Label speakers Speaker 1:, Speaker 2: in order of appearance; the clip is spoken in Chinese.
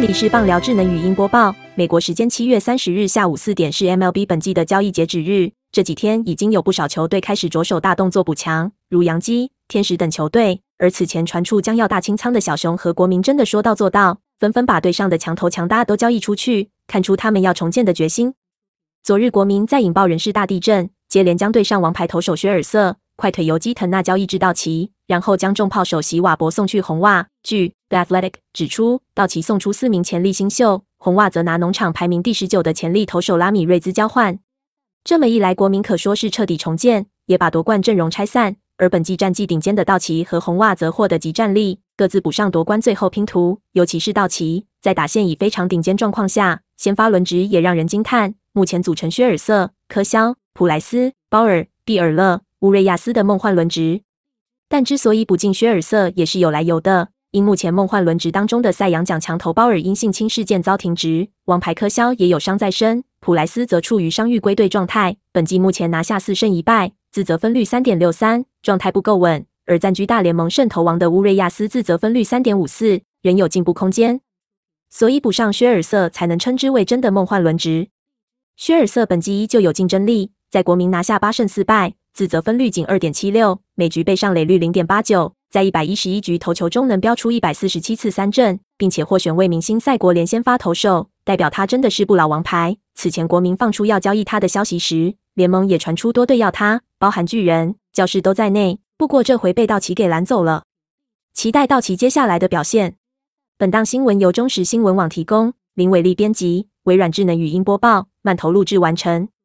Speaker 1: 里是棒聊智能语音播报。美国时间7月30日下午4点是 MLB 本季的交易截止日。这几天已经有不少球队开始着手大动作补强，如洋基、天使等球队。而此前传出将要大清仓的小熊和国民真的说到做到，纷纷把队上的强投强搭都交易出去，看出他们要重建的决心。昨日国民在引爆人事大地震，接连将队上王牌投手薛尔瑟、快腿游击藤纳交易至道奇，然后将重炮首席瓦伯送去红袜。据 The Athletic 指出，道奇送出4名潜力新秀，红袜则拿农场排名第19的潜力投手拉米瑞兹交换。这么一来，国民可说是彻底重建，也把夺冠阵容拆散。而本季战绩顶尖的道奇和红袜则获得即战力，各自补上夺冠最后拼图。尤其是道奇，在打线已非常顶尖状况下，先发轮值也让人惊叹。目前组成薛尔瑟、科肖、普莱斯、鲍尔、比尔勒、乌瑞亚斯的梦幻轮值。但之所以补进薛尔瑟也是有来由的，因目前梦幻轮值当中的赛扬奖强投鲍尔因性侵事件遭停职，王牌科肖也有伤在身，普莱斯则处于伤愈归队状态，本季目前拿下4胜1败，自责分率 3.63， 状态不够稳。而暂居大联盟胜投王的乌瑞亚斯自责分率 3.54， 仍有进步空间。所以补上薛尔瑟才能称之为真的梦幻轮值。薛尔瑟本季依旧有竞争力，在国民拿下8胜4败，自责分率仅 2.76， 每局被上垒率 0.89， 在111局投球中能飙出147次三振，并且获选为明星赛国联先发投手，代表他真的是不老王牌。此前国民放出要交易他的消息时，联盟也传出多队要他，包含巨人、教士都在内，不过这回被道奇给拦走了。期待道奇接下来的表现。本档新闻由中时新闻网提供，林伟丽编辑，微软智能语音播报，慢投录制完成。